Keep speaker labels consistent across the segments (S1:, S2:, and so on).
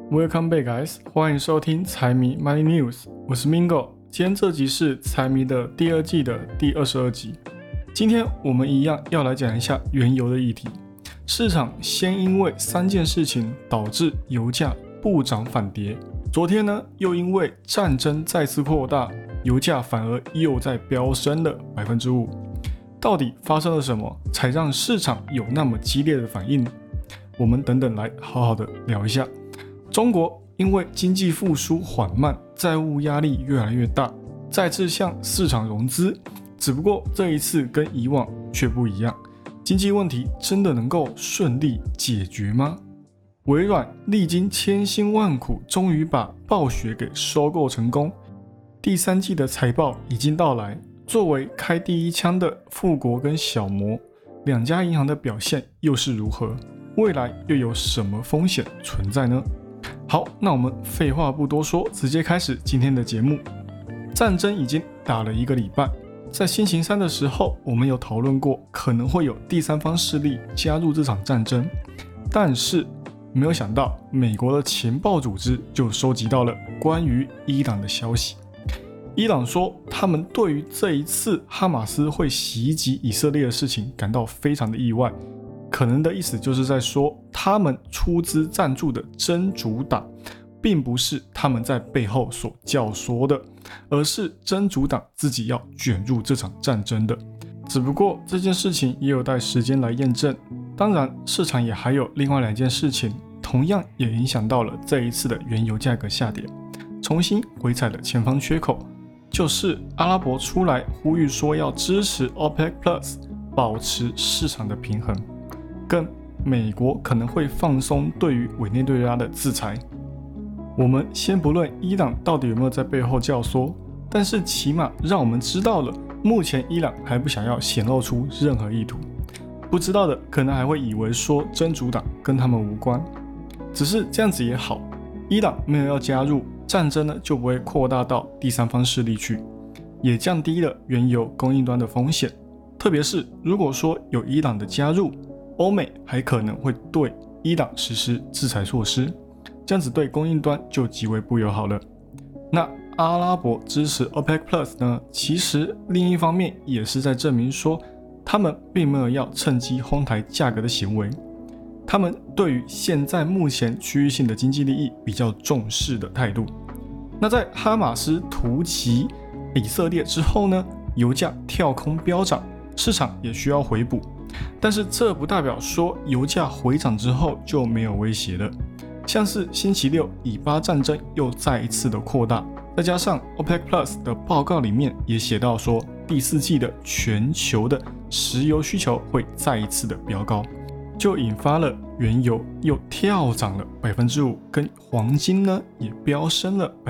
S1: Welcome back, guys！ 欢迎收听财迷 Money News， 我是 Mingo。今天这集是财迷的第二季的第22集。今天我们一样要来讲一下原油的议题。市场先因为3件事情导致油价不涨反跌，昨天呢又因为战争再次扩大，油价反而又再飙升了 5%。到底发生了什么，才让市场有那么激烈的反应？我们等等来好好的聊一下。中国因为经济复苏缓慢，债务压力越来越大，再次向市场融资，只不过这一次跟以往却不一样。经济问题真的能够顺利解决吗？微软历经千辛万苦，终于把暴雪给收购成功。第3季的财报已经到来，作为开第一枪的富国跟小摩2家银行的表现又是如何？未来又有什么风险存在呢？好，那我们废话不多说，直接开始今天的节目。战争已经打了1个礼拜，在星期3的时候，我们有讨论过可能会有第三方势力加入这场战争，但是没有想到美国的情报组织就收集到了关于伊朗的消息。伊朗说他们对于这一次哈马斯会袭击以色列的事情感到非常的意外，可能的意思就是在说他们出资赞助的真主党并不是他们在背后所教唆的，而是真主党自己要卷入这场战争的。只不过这件事情也有待时间来验证。当然市场也还有另外2件事情同样也影响到了这一次的原油价格下跌，重新回踩了前方缺口，就是阿拉伯出来呼吁说要支持 OPEC Plus 保持市场的平衡，跟美国可能会放松对于委内瑞拉的制裁。我们先不论伊朗到底有没有在背后教唆，但是起码让我们知道了目前伊朗还不想要显露出任何意图。不知道的可能还会以为说真主党跟他们无关，只是这样子也好，伊朗没有要加入战争呢，就不会扩大到第三方势力去，也降低了原油供应端的风险。特别是如果说有伊朗的加入，欧美还可能会对伊朗实施制裁措施，这样子对供应端就极为不友好了。那阿拉伯支持 OPEC Plus 呢，其实另一方面也是在证明说他们并没有要趁机哄抬价格的行为，他们对于现在目前区域性的经济利益比较重视的态度。那在哈马斯突袭以色列之后呢，油价跳空飙涨，市场也需要回补，但是这不代表说油价回涨之后就没有威胁了。像是星期6以巴战争又再一次的扩大，再加上 OPEC Plus 的报告里面也写到说第4季的全球的石油需求会再一次的飙高，就引发了原油又跳涨了 5%， 跟黄金呢也飙升了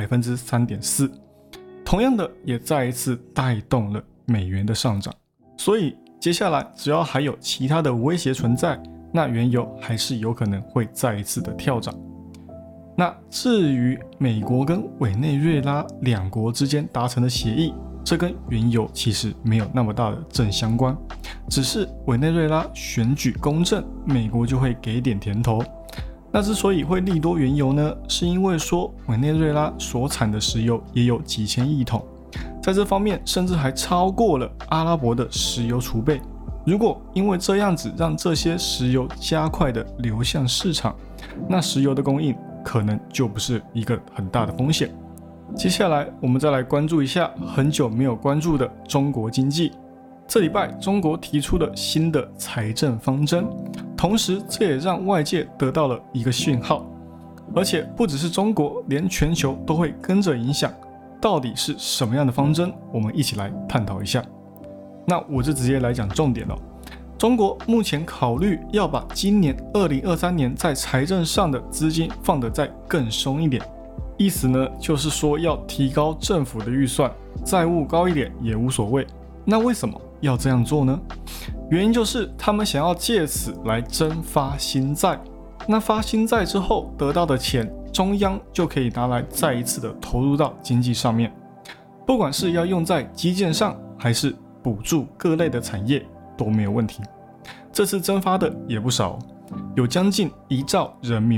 S1: 3.4%， 同样的也再一次带动了美元的上涨。所以接下来只要还有其他的威胁存在，那原油还是有可能会再一次的跳涨。那至于美国跟委内瑞拉2国之间达成的协议，这跟原油其实没有那么大的正相关，只是委内瑞拉选举公正，美国就会给点甜头。那之所以会利多原油呢，是因为说委内瑞拉所产的石油也有几千亿桶，在这方面甚至还超过了阿拉伯的石油储备。如果因为这样子让这些石油加快的流向市场，那石油的供应可能就不是一个很大的风险。接下来我们再来关注一下很久没有关注的中国经济。这礼拜中国提出了新的财政方针，同时这也让外界得到了一个讯号，而且不只是中国，连全球都会跟着影响。到底是什么样的方针，我们一起来探讨一下。那我就直接来讲重点了。中国目前考虑要把今年2023年在财政上的资金放得再更松一点，意思呢就是说要提高政府的预算，债务高一点也无所谓。那为什么要这样做呢？原因就是他们想要借此来增发新债，那发新债之后得到的钱，中央就可以拿来再一次的投入到经济上面，不管是要用在基建上还是补助各类的产业都没有问题。这次增发的也不少，有将近1兆人民币，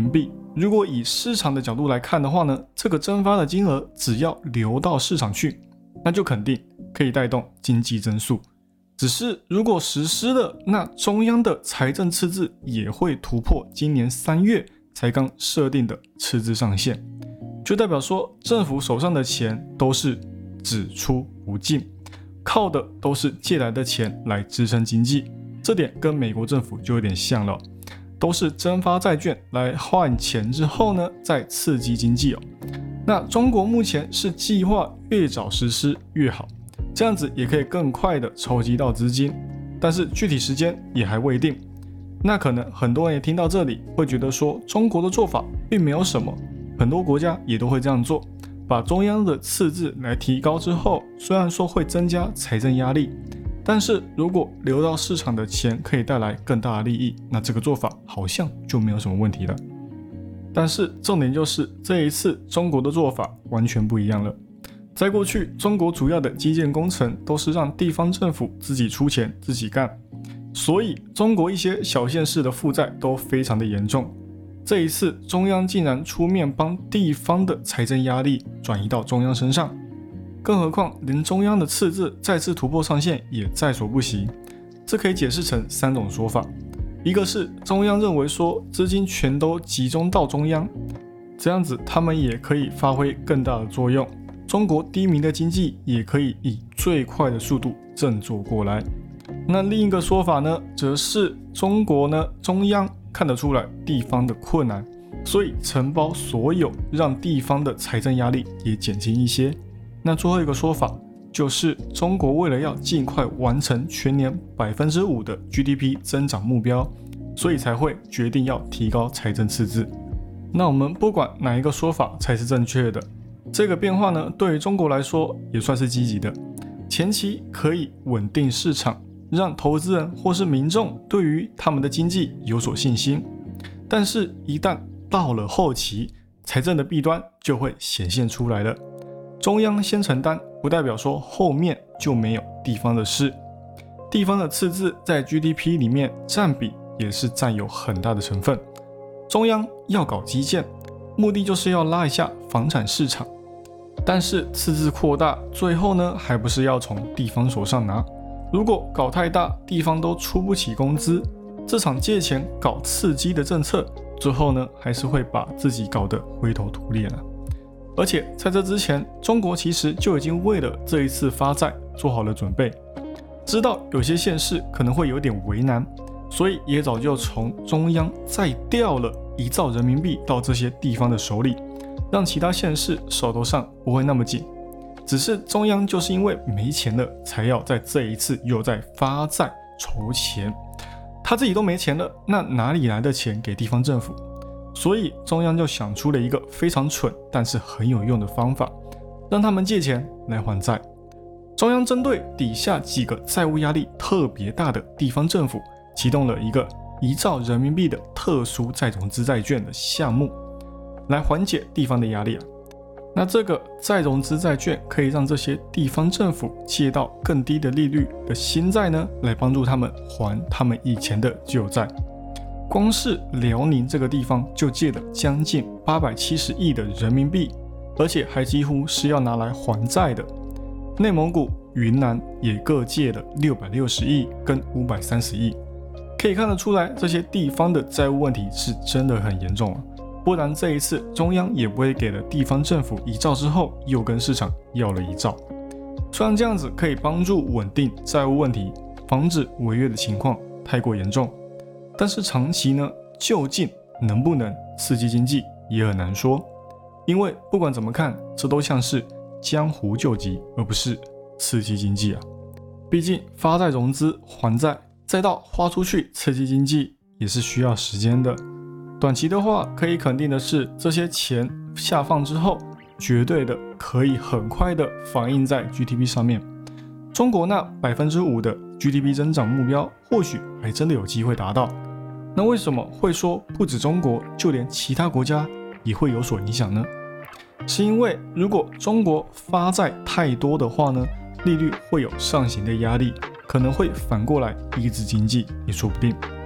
S1: 如果以市场的角度来看的话呢，这个增发的金额只要流到市场去，那就肯定可以带动经济增速。只是如果实施了，那中央的财政赤字也会突破今年3月才刚设定的赤字上限，就代表说政府手上的钱都是只出不进，靠的都是借来的钱来支撑经济。这点跟美国政府就有点像了，都是增发债券来换钱之后呢，再刺激经济哦。那中国目前是计划越早实施越好，这样子也可以更快的筹集到资金，但是具体时间也还未定。那可能很多人也听到这里会觉得说，中国的做法并没有什么，很多国家也都会这样做，把中央的赤字来提高之后，虽然说会增加财政压力，但是如果流到市场的钱可以带来更大的利益，那这个做法好像就没有什么问题了。但是重点就是这一次中国的做法完全不一样了。在过去，中国主要的基建工程都是让地方政府自己出钱自己干，所以中国一些小县市的负债都非常的严重。这一次中央竟然出面帮地方的财政压力转移到中央身上，更何况连中央的赤字再次突破上限也在所不惜。这可以解释成3种说法，一个是中央认为说资金全都集中到中央，这样子他们也可以发挥更大的作用，中国低迷的经济也可以以最快的速度振作过来。那另一个说法呢，则是中央看得出来地方的困难，所以承包所有，让地方的财政压力也减轻一些。那最后一个说法就是中国为了要尽快完成全年 5% 的 GDP 增长目标，所以才会决定要提高财政赤字。那我们不管哪一个说法才是正确的，这个变化呢，对于中国来说也算是积极的，前期可以稳定市场，让投资人或是民众对于他们的经济有所信心。但是一旦到了后期，财政的弊端就会显现出来了。中央先承担，不代表说后面就没有地方的事。地方的赤字在 GDP 里面占比也是占有很大的成分。中央要搞基建，目的就是要拉一下房产市场，但是赤字扩大，最后呢还不是要从地方手上拿。如果搞太大，地方都出不起工资，这场借钱搞刺激的政策，最后呢还是会把自己搞得灰头土脸了。而且在这之前，中国其实就已经为了这一次发债做好了准备，知道有些县市可能会有点为难，所以也早就从中央再调了1兆人民币到这些地方的手里，让其他县市手头上不会那么紧。只是中央就是因为没钱了，才要在这一次又在发债筹钱，他自己都没钱了，那哪里来的钱给地方政府？所以中央就想出了一个非常蠢但是很有用的方法，让他们借钱来还债。中央针对底下几个债务压力特别大的地方政府，启动了一个1兆人民币的特殊再融资债券的项目，来缓解地方的压力。那这个再融资债券可以让这些地方政府借到更低的利率的新债呢，来帮助他们还他们以前的旧债。光是辽宁这个地方就借了将近870亿的人民币，而且还几乎是要拿来还债的。内蒙古、云南也各借了660亿跟530亿，可以看得出来这些地方的债务问题是真的很严重啊。不然这一次中央也不会给了地方政府1兆之后又跟市场要了1兆。虽然这样子可以帮助稳定债务问题，防止违约的情况太过严重，但是长期呢，究竟能不能刺激经济也很难说。因为不管怎么看，这都像是江湖救急，而不是刺激经济啊。毕竟发债融资还债，再到花出去刺激经济，也是需要时间的。短期的话，可以肯定的是，这些钱下放之后，绝对的可以很快的反映在 GDP 上面。中国那 5% 的 GDP 增长目标，或许还真的有机会达到。那为什么会说不止中国，就连其他国家也会有所影响呢？是因为如果中国发债太多的话呢，利率会有上行的压力，可能会反过来抑制经济也说不定。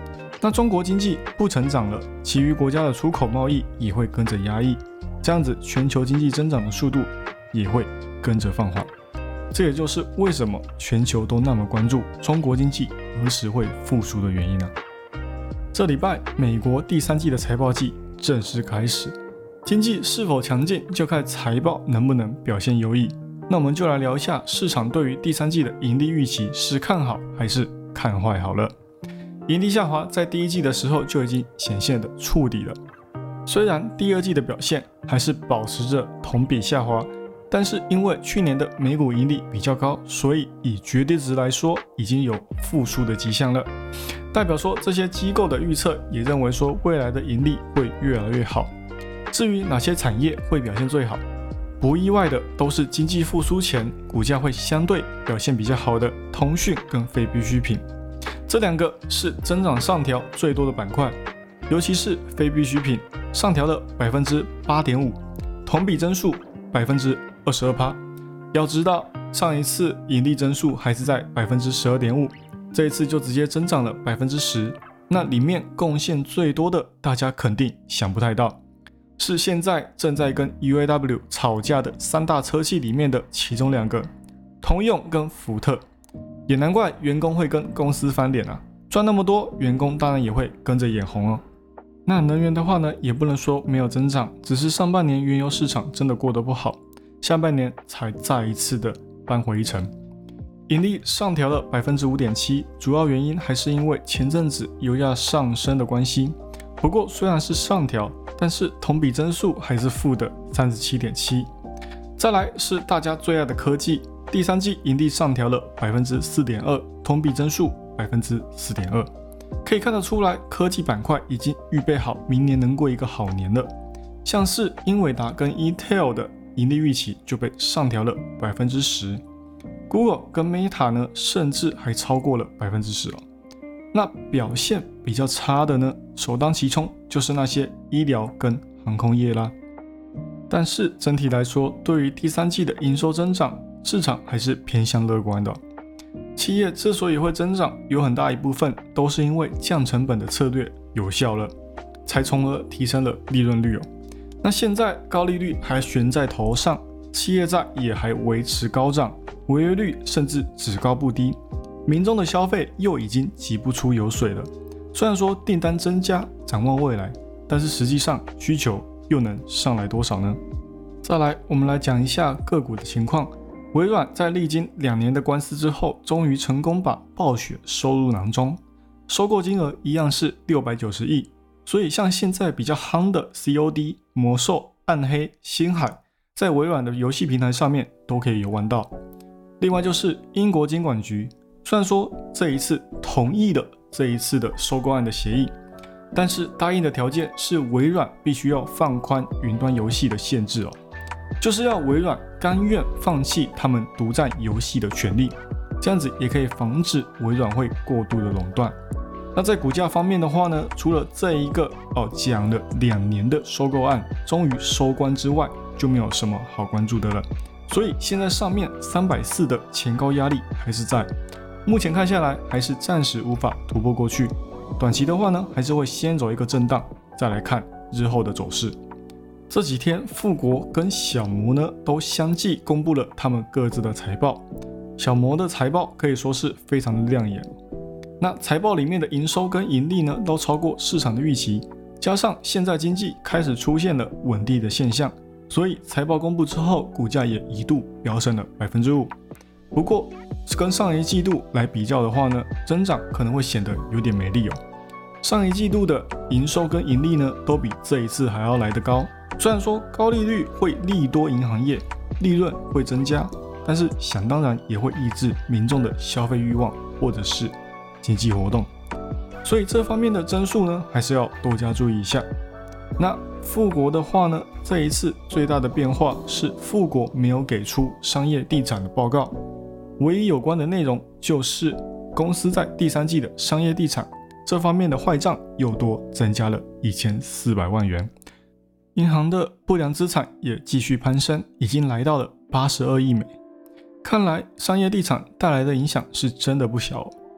S1: 那中国经济不成长了，其余国家的出口贸易也会跟着压抑，这样子全球经济增长的速度也会跟着放缓。这也就是为什么全球都那么关注中国经济何时会复苏的原因呢？这礼拜美国第三季的财报季正式开始，经济是否强劲就看财报能不能表现优异。那我们就来聊一下市场对于第三季的盈利预期是看好还是看坏好了。盈利下滑在第一季的时候就已经显现的触底了，虽然第二季的表现还是保持着同比下滑，但是因为去年的每股盈利比较高，所以以绝对值来说已经有复苏的迹象了，代表说这些机构的预测也认为说未来的盈利会越来越好。至于哪些产业会表现最好，不意外的都是经济复苏前股价会相对表现比较好的通讯跟非必需品，这两个是增长上调最多的板块，尤其是非必需品上调了 8.5%， 同比增速 22%。 要知道上一次盈利增速还是在 12.5%， 这一次就直接增长了 10%， 那里面贡献最多的大家肯定想不太到，是现在正在跟 UAW 吵架的三大车企里面的其中两个，通用跟福特。也难怪员工会跟公司翻脸啊，赚那么多，员工当然也会跟着眼红哦。那能源的话呢，也不能说没有增长，只是上半年原油市场真的过得不好，下半年才再一次的扳回一城。盈利上调了 5.7%， 主要原因还是因为前阵子油价上升的关系。不过虽然是上调，但是同比增速还是负的 37.7%。 再来是大家最爱的科技，第三季盈利上调了 4.2%， 同比增速 4.2%。 可以看得出来，科技板块已经预备好明年能过一个好年了。像是英伟达跟 Intel 的盈利预期就被上调了 10%， Google 跟 Meta 呢甚至还超过了 10% 哦。那表现比较差的呢，首当其冲就是那些医疗跟航空业啦。但是整体来说，对于第三季的营收增长，市场还是偏向乐观的哦。企业之所以会增长，有很大一部分都是因为降成本的策略有效了，才从而提升了利润率哦。那现在高利率还悬在头上，企业债也还维持高涨，违约率甚至只高不低，民众的消费又已经挤不出油水了。虽然说订单增加，展望未来，但是实际上需求又能上来多少呢？再来，我们来讲一下个股的情况。微软在历经2年的官司之后，终于成功把暴雪收入囊中，收购金额一样是690亿。所以像现在比较夯的 COD、魔兽、暗黑、星海，在微软的游戏平台上面都可以游玩到。另外就是英国监管局，虽然说这一次同意了这一次的收购案的协议，但是答应的条件是微软必须要放宽云端游戏的限制哦，就是要微软甘愿放弃他们独占游戏的权利，这样子也可以防止微软会过度的垄断。那在股价方面的话呢，除了这一个讲了2年的收购案终于收官之外，就没有什么好关注的了。所以现在上面340的前高压力还是在，目前看下来还是暂时无法突破过去。短期的话呢，还是会先走一个震荡，再来看日后的走势。这几天富国跟小摩呢都相继公布了他们各自的财报，小摩的财报可以说是非常的亮眼。那财报里面的营收跟盈利呢都超过市场的预期，加上现在经济开始出现了稳定的现象，所以财报公布之后，股价也一度飙升了 5%。 不过跟上一季度来比较的话呢，增长可能会显得有点没力哦。上一季度的营收跟盈利呢都比这一次还要来得高，虽然说高利率会利多银行业，利润会增加，但是想当然也会抑制民众的消费欲望或者是经济活动，所以这方面的增速呢还是要多加注意一下。那富国的话呢，这一次最大的变化是富国没有给出商业地产的报告，唯一有关的内容就是公司在第三季的商业地产这方面的坏账又多增加了1400万元，银行的不良资产也继续攀升，已经来到了82亿美。看来商业地产带来的影响是真的不小哦。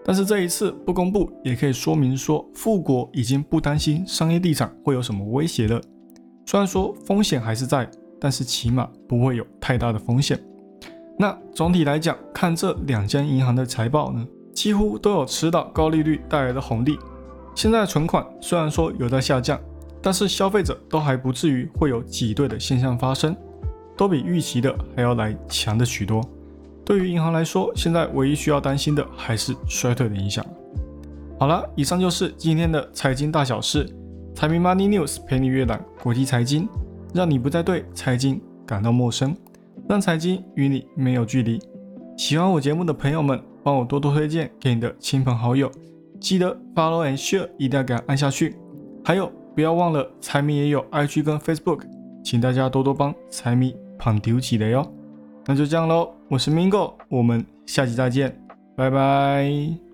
S1: 但是这一次不公布，也可以说明说富国已经不担心商业地产会有什么威胁了。虽然说风险还是在，但是起码不会有太大的风险。那总体来讲，看这2家银行的财报呢，几乎都有吃到高利率带来的红利。现在的存款虽然说有在下降，但是消费者都还不至于会有挤兑的现象发生，都比预期的还要来强的许多。对于银行来说，现在唯一需要担心的还是衰退的影响。好了，以上就是今天的财经大小事，财迷 Money News 陪你阅览国际财经，让你不再对财经感到陌生，让财经与你没有距离。喜欢我节目的朋友们，帮我多多推荐给你的亲朋好友，记得 Follow and Share 一定要给它按下去。还有不要忘了，财迷也有 IG 跟 Facebook， 请大家多多帮财迷捧丢起来哟。那就这样咯，我是 Mingo， 我们下期再见，拜拜。